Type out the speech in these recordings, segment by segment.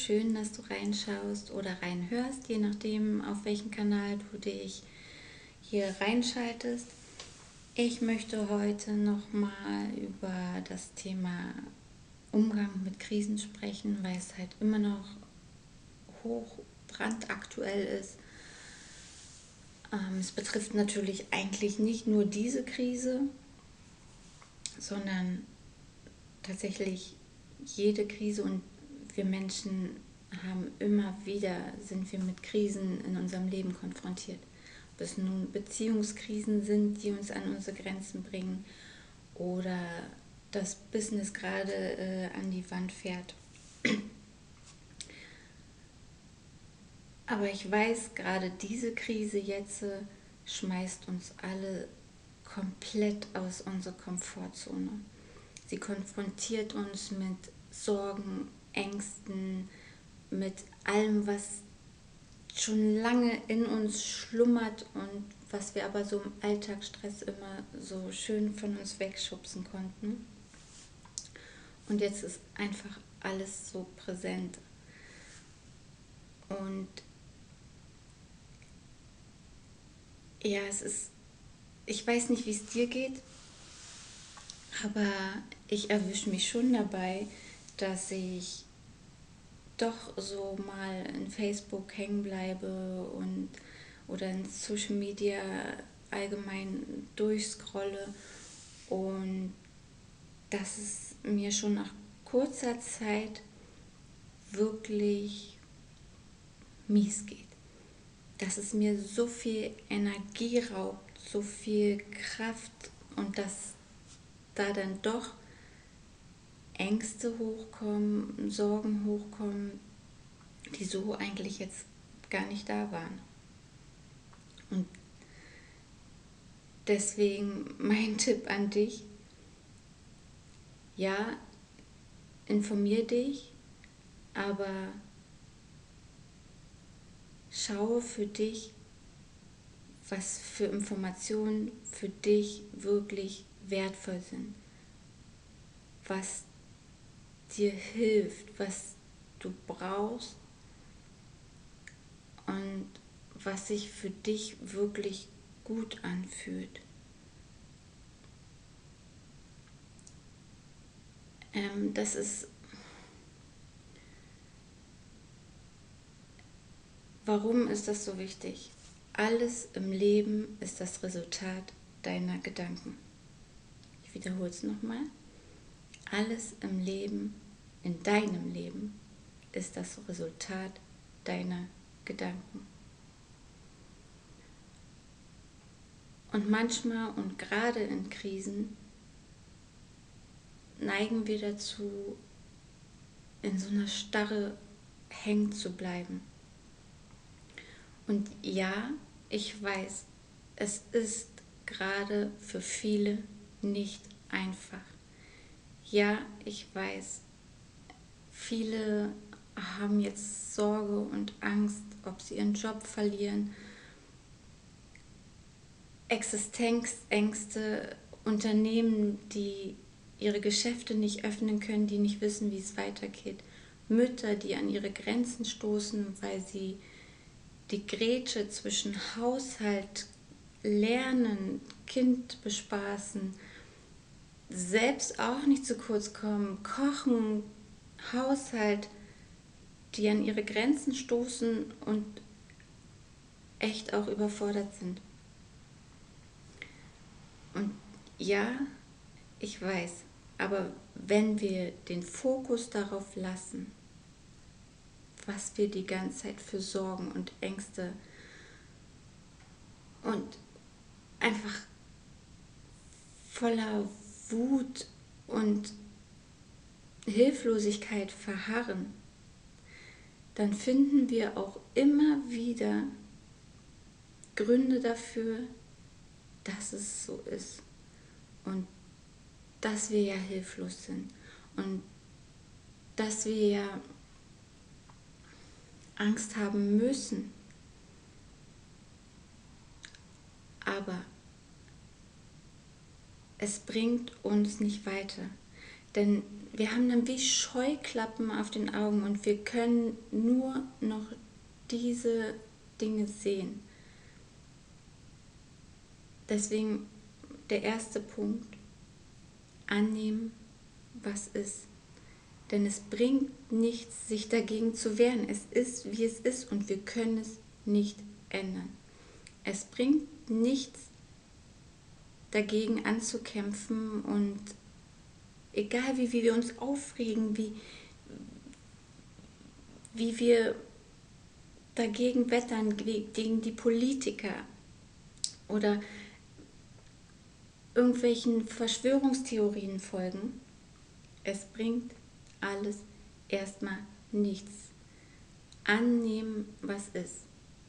schön, dass du reinschaust oder reinhörst, je nachdem, auf welchen Kanal du dich hier reinschaltest. Ich möchte heute nochmal über das Thema Umgang mit Krisen sprechen, weil es halt immer noch hoch brandaktuell ist. Es betrifft natürlich eigentlich nicht nur diese Krise, sondern tatsächlich jede Krise, und wir Menschen haben immer wieder, sind wir mit Krisen in unserem Leben konfrontiert. Ob es nun Beziehungskrisen sind, die uns an unsere Grenzen bringen, oder das Business gerade an die Wand fährt. Aber ich weiß, gerade diese Krise jetzt schmeißt uns alle komplett aus unserer Komfortzone. Sie konfrontiert uns mit Sorgen, Ängsten, mit allem, was schon lange in uns schlummert und was wir aber so im Alltagsstress immer so schön von uns wegschubsen konnten. Und jetzt ist einfach alles so präsent. Und ja, ich weiß nicht, wie es dir geht, aber ich erwische mich schon dabei, dass ich doch so mal in Facebook hängen bleibe oder in Social Media allgemein durchscrolle und dass es mir schon nach kurzer Zeit wirklich mies geht. Dass es mir so viel Energie raubt, so viel Kraft, und dass da dann doch Ängste hochkommen, Sorgen hochkommen, die so eigentlich jetzt gar nicht da waren. Und deswegen mein Tipp an dich: Ja, informier dich, aber schaue für dich, was für Informationen für dich wirklich wertvoll sind, was dir hilft, was du brauchst und was sich für dich wirklich gut anfühlt. Das ist, warum ist das so wichtig? Alles im Leben ist das Resultat deiner Gedanken. Ich wiederhole es nochmal. Alles im Leben, in deinem Leben, ist das Resultat deiner Gedanken. Und manchmal und gerade in Krisen neigen wir dazu, in so einer Starre hängen zu bleiben. Und ja, ich weiß, es ist gerade für viele nicht einfach. Ja, ich weiß, viele haben jetzt Sorge und Angst, ob sie ihren Job verlieren, Existenzängste, Unternehmen, die ihre Geschäfte nicht öffnen können, die nicht wissen, wie es weitergeht, Mütter, die an ihre Grenzen stoßen, weil sie die Grätsche zwischen Haushalt, Lernen, Kind bespaßen, selbst auch nicht zu kurz kommen, Kochen, Haushalt, die an ihre Grenzen stoßen und echt auch überfordert sind. Und ja, ich weiß, aber wenn wir den Fokus darauf lassen, was wir die ganze Zeit für Sorgen und Ängste und einfach voller Wut und Hilflosigkeit verharren, dann finden wir auch immer wieder Gründe dafür, dass es so ist und dass wir ja hilflos sind und dass wir ja Angst haben müssen. Aber es bringt uns nicht weiter. Denn wir haben dann wie Scheuklappen auf den Augen und wir können nur noch diese Dinge sehen. Deswegen der erste Punkt, annehmen, was ist. Denn es bringt nichts, sich dagegen zu wehren. Es ist, wie es ist und wir können es nicht ändern. Es bringt nichts, dagegen anzukämpfen und egal wie wir uns aufregen, wie wir dagegen wettern, gegen die Politiker oder irgendwelchen Verschwörungstheorien folgen, es bringt alles erstmal nichts. Annehmen, was ist.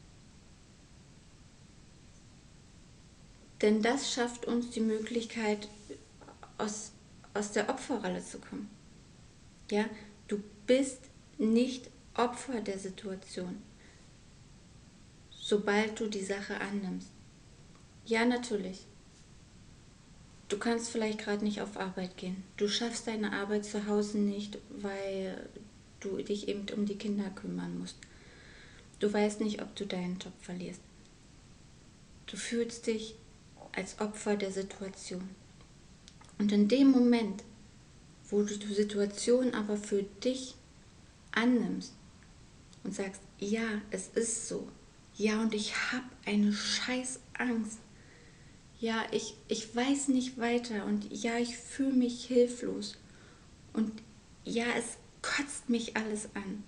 Denn das schafft uns die Möglichkeit, aus der Opferrolle zu kommen. Ja, du bist nicht Opfer der Situation, sobald du die Sache annimmst. Ja, natürlich. Du kannst vielleicht gerade nicht auf Arbeit gehen. Du schaffst deine Arbeit zu Hause nicht, weil du dich eben um die Kinder kümmern musst. Du weißt nicht, ob du deinen Job verlierst. Du fühlst dich als Opfer der Situation. Und in dem Moment, wo du die Situation aber für dich annimmst und sagst, ja, es ist so. Ja, und ich habe eine scheiß Angst. Ja, ich weiß nicht weiter und ja, ich fühle mich hilflos. Und ja, es kotzt mich alles an.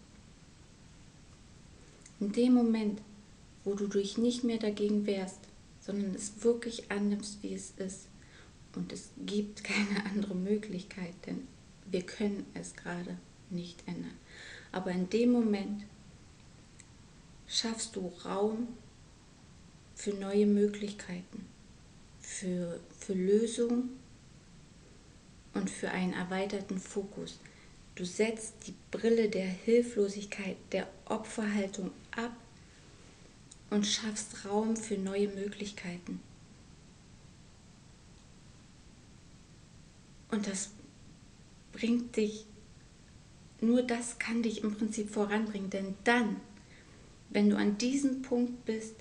In dem Moment, wo du dich nicht mehr dagegen wehrst, sondern es wirklich annimmst, wie es ist. Und es gibt keine andere Möglichkeit, denn wir können es gerade nicht ändern. Aber in dem Moment schaffst du Raum für neue Möglichkeiten, für Lösungen und für einen erweiterten Fokus. Du setzt die Brille der Hilflosigkeit, der Opferhaltung ab und schaffst Raum für neue Möglichkeiten. Und das bringt dich, nur das kann dich im Prinzip voranbringen, denn dann, wenn du an diesem Punkt bist,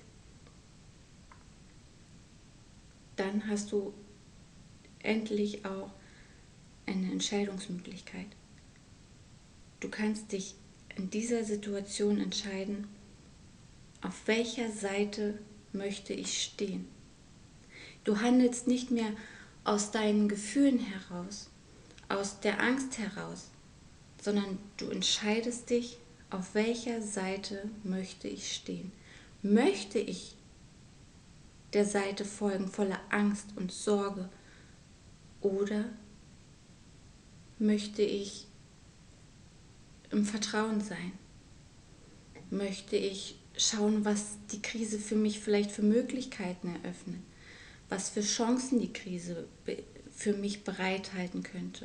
dann hast du endlich auch eine Entscheidungsmöglichkeit. Du kannst dich in dieser Situation entscheiden, auf welcher Seite möchte ich stehen. Du handelst nicht mehr aus deinen Gefühlen heraus, aus der Angst heraus, sondern du entscheidest dich, auf welcher Seite möchte ich stehen. Möchte ich der Seite folgen voller Angst und Sorge oder möchte ich im Vertrauen sein? Möchte ich schauen, was die Krise für mich vielleicht für Möglichkeiten eröffnet? Was für Chancen die Krise für mich bereithalten könnte?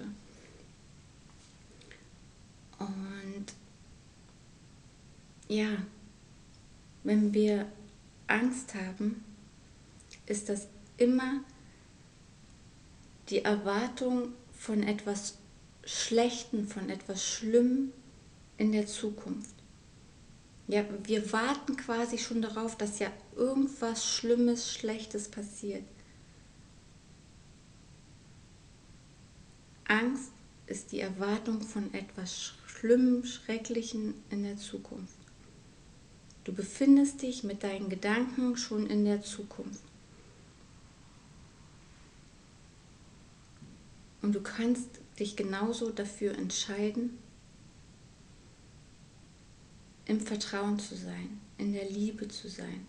Und ja, wenn wir Angst haben, ist das immer die Erwartung von etwas Schlechten, von etwas Schlimmem in der Zukunft. Ja, wir warten quasi schon darauf, dass ja irgendwas Schlimmes, Schlechtes passiert. Angst ist die Erwartung von etwas Schlimmem, Schrecklichem in der Zukunft. Du befindest dich mit deinen Gedanken schon in der Zukunft. Und du kannst dich genauso dafür entscheiden, im Vertrauen zu sein, in der Liebe zu sein.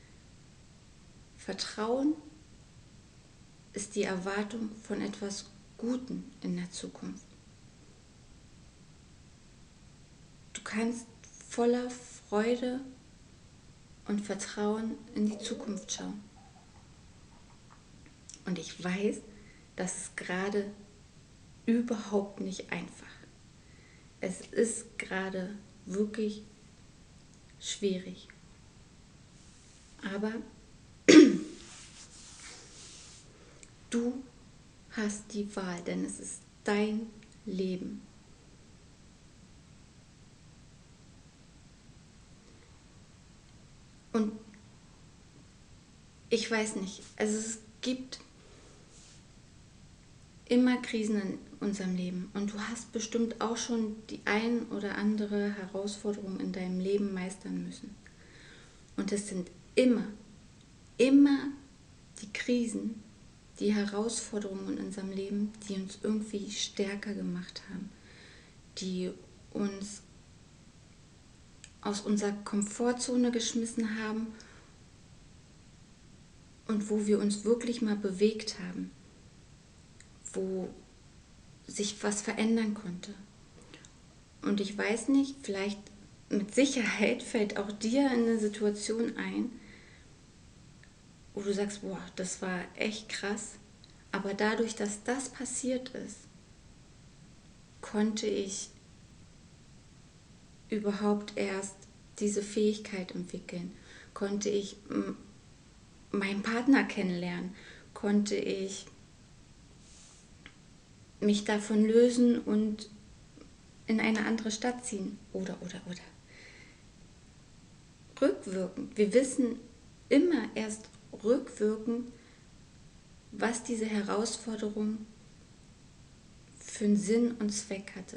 Vertrauen ist die Erwartung von etwas Gutem in der Zukunft. Du kannst voller Freude und Vertrauen in die Zukunft schauen. Und ich weiß, das ist gerade überhaupt nicht einfach. Es ist gerade wirklich schwierig. Aber du hast die Wahl, denn es ist dein leben. Und ich weiß nicht, also es gibt immer Krisen in unserem Leben und du hast bestimmt auch schon die ein oder andere Herausforderung in deinem Leben meistern müssen. Und es sind immer die Krisen, die Herausforderungen in unserem Leben, die uns irgendwie stärker gemacht haben, die uns aus unserer Komfortzone geschmissen haben und wo wir uns wirklich mal bewegt haben, wo sich was verändern konnte. Und ich weiß nicht, vielleicht mit Sicherheit fällt auch dir eine Situation ein, wo du sagst, boah, das war echt krass. Aber dadurch, dass das passiert ist, konnte ich überhaupt erst diese Fähigkeit entwickeln. Konnte ich meinen Partner kennenlernen. Konnte ich mich davon lösen und in eine andere Stadt ziehen. Oder. Rückwirkend. Wir wissen immer erst rückwirkend, was diese Herausforderung für einen Sinn und Zweck hatte.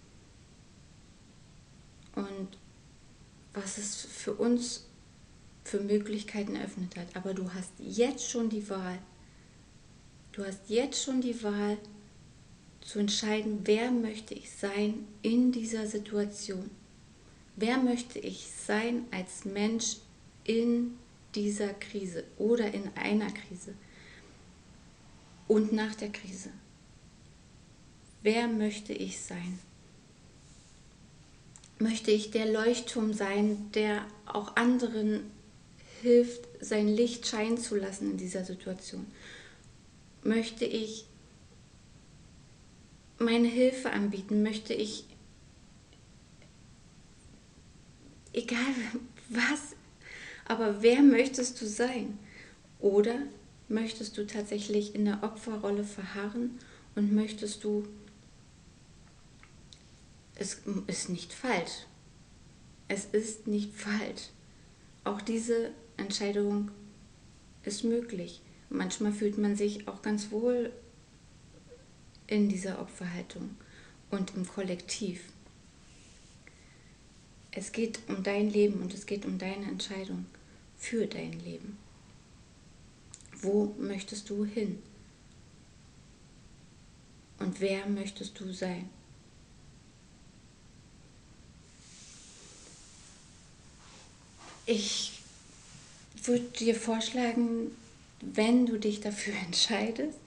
Und was es für uns für Möglichkeiten eröffnet hat. Aber du hast jetzt schon die Wahl. Du hast jetzt schon die Wahl zu entscheiden, wer möchte ich sein in dieser Situation. Wer möchte ich sein als Mensch in dieser Krise oder in einer Krise und nach der Krise? Wer möchte ich sein? Möchte ich der Leuchtturm sein, der auch anderen hilft, sein Licht scheinen zu lassen in dieser Situation? Möchte ich meine Hilfe anbieten? Möchte ich, egal was, aber wer möchtest du sein? Oder möchtest du tatsächlich in der Opferrolle verharren und möchtest du, es ist nicht falsch, es ist nicht falsch. Auch diese Entscheidung ist möglich. Manchmal fühlt man sich auch ganz wohl in dieser Opferhaltung und im Kollektiv. Es geht um dein Leben und es geht um deine Entscheidung für dein Leben. Wo möchtest du hin? Und wer möchtest du sein? Ich würde dir vorschlagen, wenn du dich dafür entscheidest,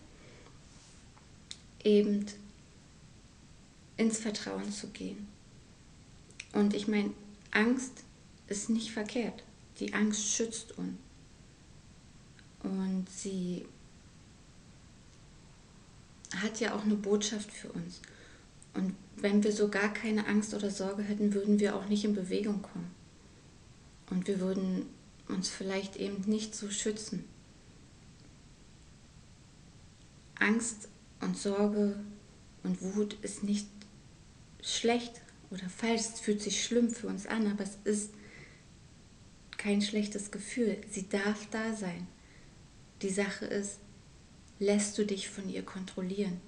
eben ins Vertrauen zu gehen. Und ich meine, Angst ist nicht verkehrt. Die Angst schützt uns. Und sie hat ja auch eine Botschaft für uns. Und wenn wir so gar keine Angst oder Sorge hätten, würden wir auch nicht in Bewegung kommen. Und wir würden uns vielleicht eben nicht so schützen. Angst und Sorge und Wut ist nicht schlecht oder falsch. Es fühlt sich schlimm für uns an, aber es ist kein schlechtes Gefühl. Sie darf da sein. Die Sache ist, lässt du dich von ihr kontrollieren?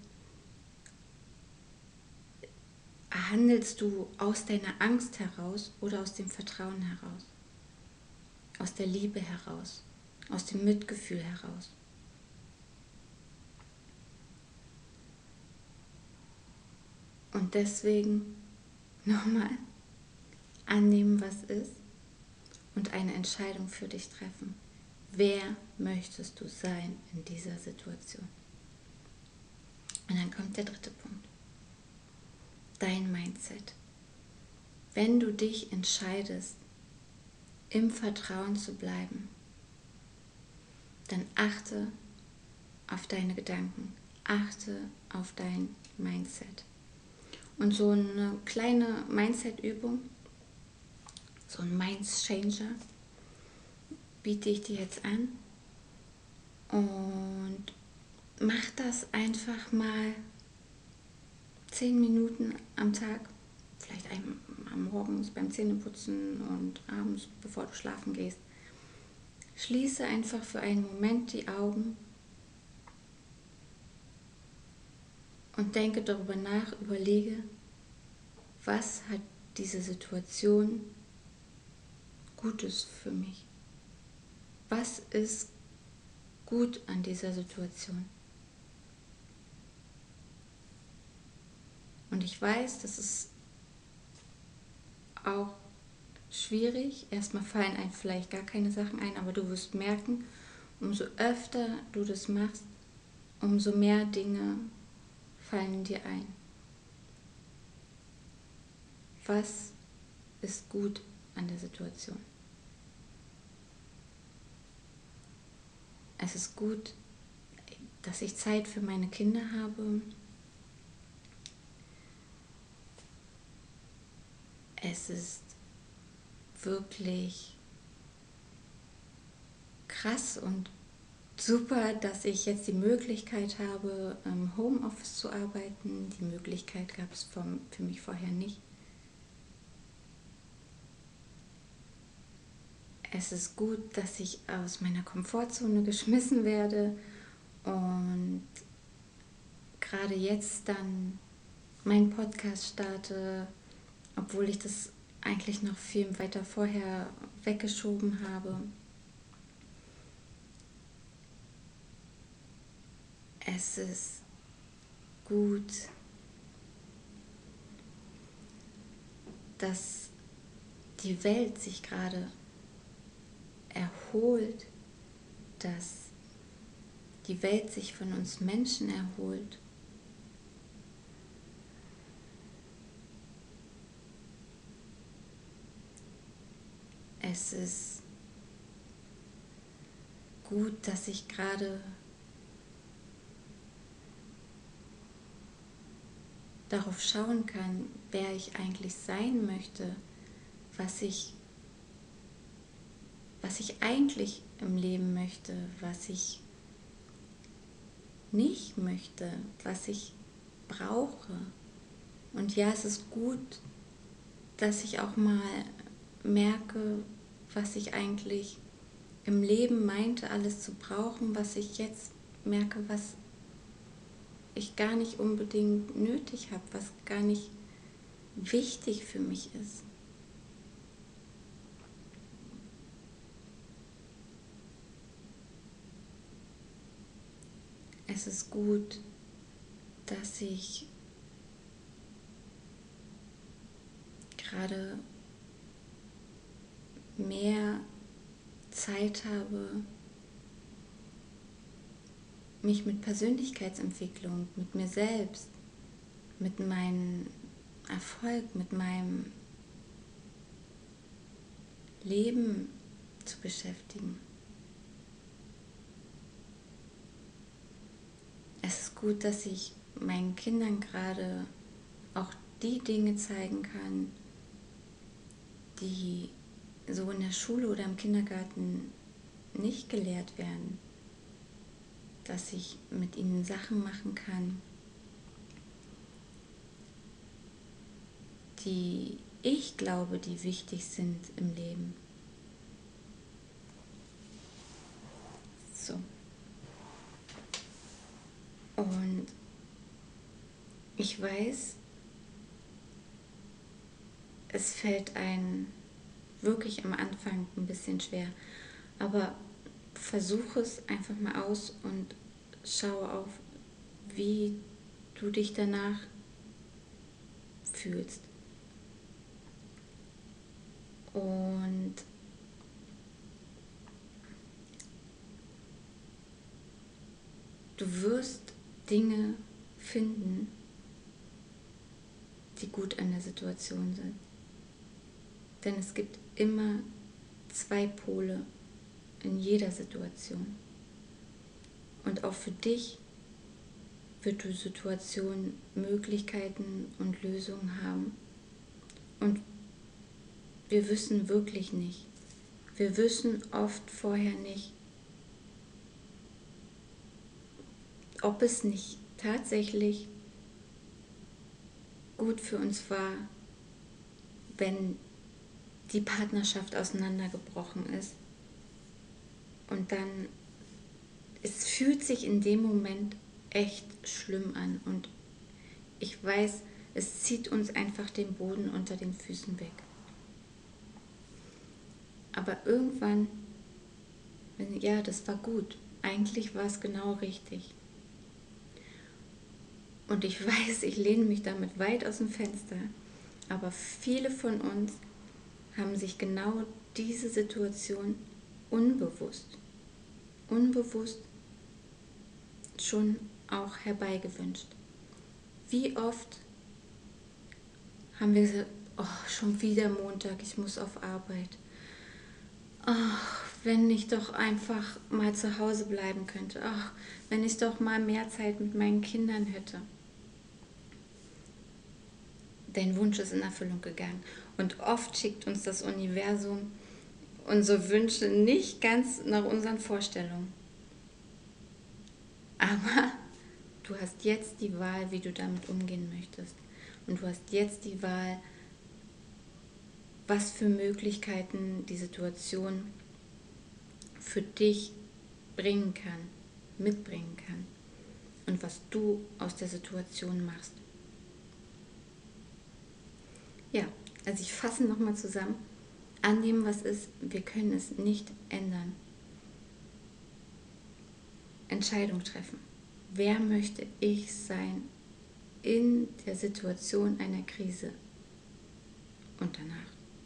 Handelst du aus deiner Angst heraus oder aus dem Vertrauen heraus? Aus der Liebe heraus? Aus dem Mitgefühl heraus? Und deswegen nochmal annehmen, was ist und eine Entscheidung für dich treffen. Wer möchtest du sein in dieser Situation? Und dann kommt der dritte Punkt. Dein Mindset. Wenn du dich entscheidest, im Vertrauen zu bleiben, dann achte auf deine Gedanken, achte auf dein Mindset. Und so eine kleine Mindset-Übung, so ein Mind-Changer, biete ich dir jetzt an. Und mach das einfach mal 10 Minuten am Tag, vielleicht morgens beim Zähneputzen und abends, bevor du schlafen gehst, schließe einfach für einen Moment die Augen und denke darüber nach, überlege, was hat diese Situation Gutes für mich? Was ist gut an dieser Situation? Und ich weiß, das ist auch schwierig. Erstmal fallen einem vielleicht gar keine Sachen ein, aber du wirst merken, umso öfter du das machst, umso mehr Dinge fallen dir ein. Was ist gut an der Situation? Es ist gut, dass ich Zeit für meine Kinder habe. Es ist wirklich krass und super, dass ich jetzt die Möglichkeit habe, im Homeoffice zu arbeiten. Die Möglichkeit gab es für mich vorher nicht. Es ist gut, dass ich aus meiner Komfortzone geschmissen werde und gerade jetzt dann meinen Podcast starte, obwohl ich das eigentlich noch viel weiter vorher weggeschoben habe. Es ist gut, dass die Welt sich gerade erholt, dass die Welt sich von uns Menschen erholt. Es ist gut, dass ich gerade darauf schauen kann, wer ich eigentlich sein möchte, was ich eigentlich im Leben möchte, was ich nicht möchte, was ich brauche. Und ja, es ist gut, dass ich auch mal merke, was ich eigentlich im Leben meinte, alles zu brauchen, was ich jetzt merke, was ich gar nicht unbedingt nötig habe, was gar nicht wichtig für mich ist. Es ist gut, dass ich gerade mehr Zeit habe, mich mit Persönlichkeitsentwicklung, mit mir selbst, mit meinem Erfolg, mit meinem Leben zu beschäftigen. Es ist gut, dass ich meinen Kindern gerade auch die Dinge zeigen kann, die so in der Schule oder im Kindergarten nicht gelehrt werden. Dass ich mit ihnen Sachen machen kann, die ich glaube, die wichtig sind im Leben. So. Und ich weiß, es fällt einem wirklich am Anfang ein bisschen schwer, aber versuche es einfach mal aus und schaue auf, wie du dich danach fühlst. Und du wirst Dinge finden, die gut an der Situation sind. Denn es gibt immer zwei Pole in jeder Situation. Und auch für dich wird die Situation Möglichkeiten und Lösungen haben. Und wir wissen wirklich nicht. Wir wissen oft vorher nicht, ob es nicht tatsächlich gut für uns war, wenn die Partnerschaft auseinandergebrochen ist. Und dann, es fühlt sich in dem Moment echt schlimm an. Und ich weiß, es zieht uns einfach den Boden unter den Füßen weg. Aber irgendwann, ja, das war gut. Eigentlich war es genau richtig. Und ich weiß, ich lehne mich damit weit aus dem Fenster. Aber viele von uns haben sich genau diese Situation unbewusst schon auch herbeigewünscht. Wie oft haben wir gesagt, oh, schon wieder Montag, ich muss auf Arbeit. Ach, wenn ich doch einfach mal zu Hause bleiben könnte. Ach, wenn ich doch mal mehr Zeit mit meinen Kindern hätte. Dein Wunsch ist in Erfüllung gegangen. Und oft schickt uns das Universum unsere Wünsche nicht ganz nach unseren Vorstellungen. Aber du hast jetzt die Wahl, wie du damit umgehen möchtest. Und du hast jetzt die Wahl, was für Möglichkeiten die Situation für dich bringen kann, mitbringen kann. Und was du aus der Situation machst. Ja, also ich fasse nochmal zusammen. Annehmen, was ist, wir können es nicht ändern. Entscheidung treffen. Wer möchte ich sein in der Situation einer Krise und danach?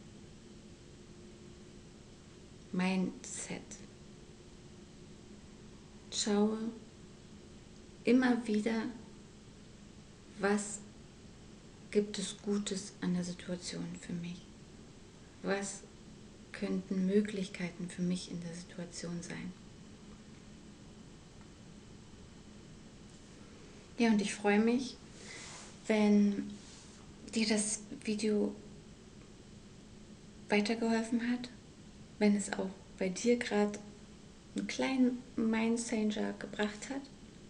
Mindset. Schaue immer wieder, was gibt es Gutes an der Situation für mich? Was könnten Möglichkeiten für mich in der Situation sein? Ja, und ich freue mich, wenn dir das Video weitergeholfen hat, wenn es auch bei dir gerade einen kleinen Mind-Changer gebracht hat.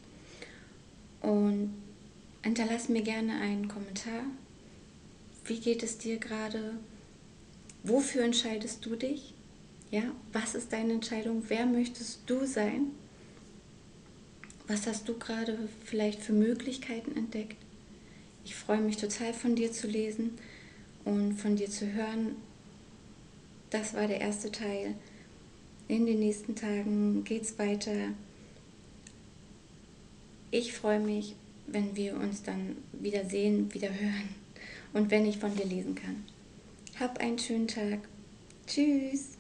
Und hinterlass mir gerne einen Kommentar. Wie geht es dir gerade? Wofür entscheidest du dich? Ja, was ist deine Entscheidung? Wer möchtest du sein? Was hast du gerade vielleicht für Möglichkeiten entdeckt? Ich freue mich total von dir zu lesen und von dir zu hören. Das war der erste Teil. In den nächsten Tagen geht es weiter. Ich freue mich, wenn wir uns dann wieder sehen, wieder hören und wenn ich von dir lesen kann. Hab einen schönen Tag. Tschüss.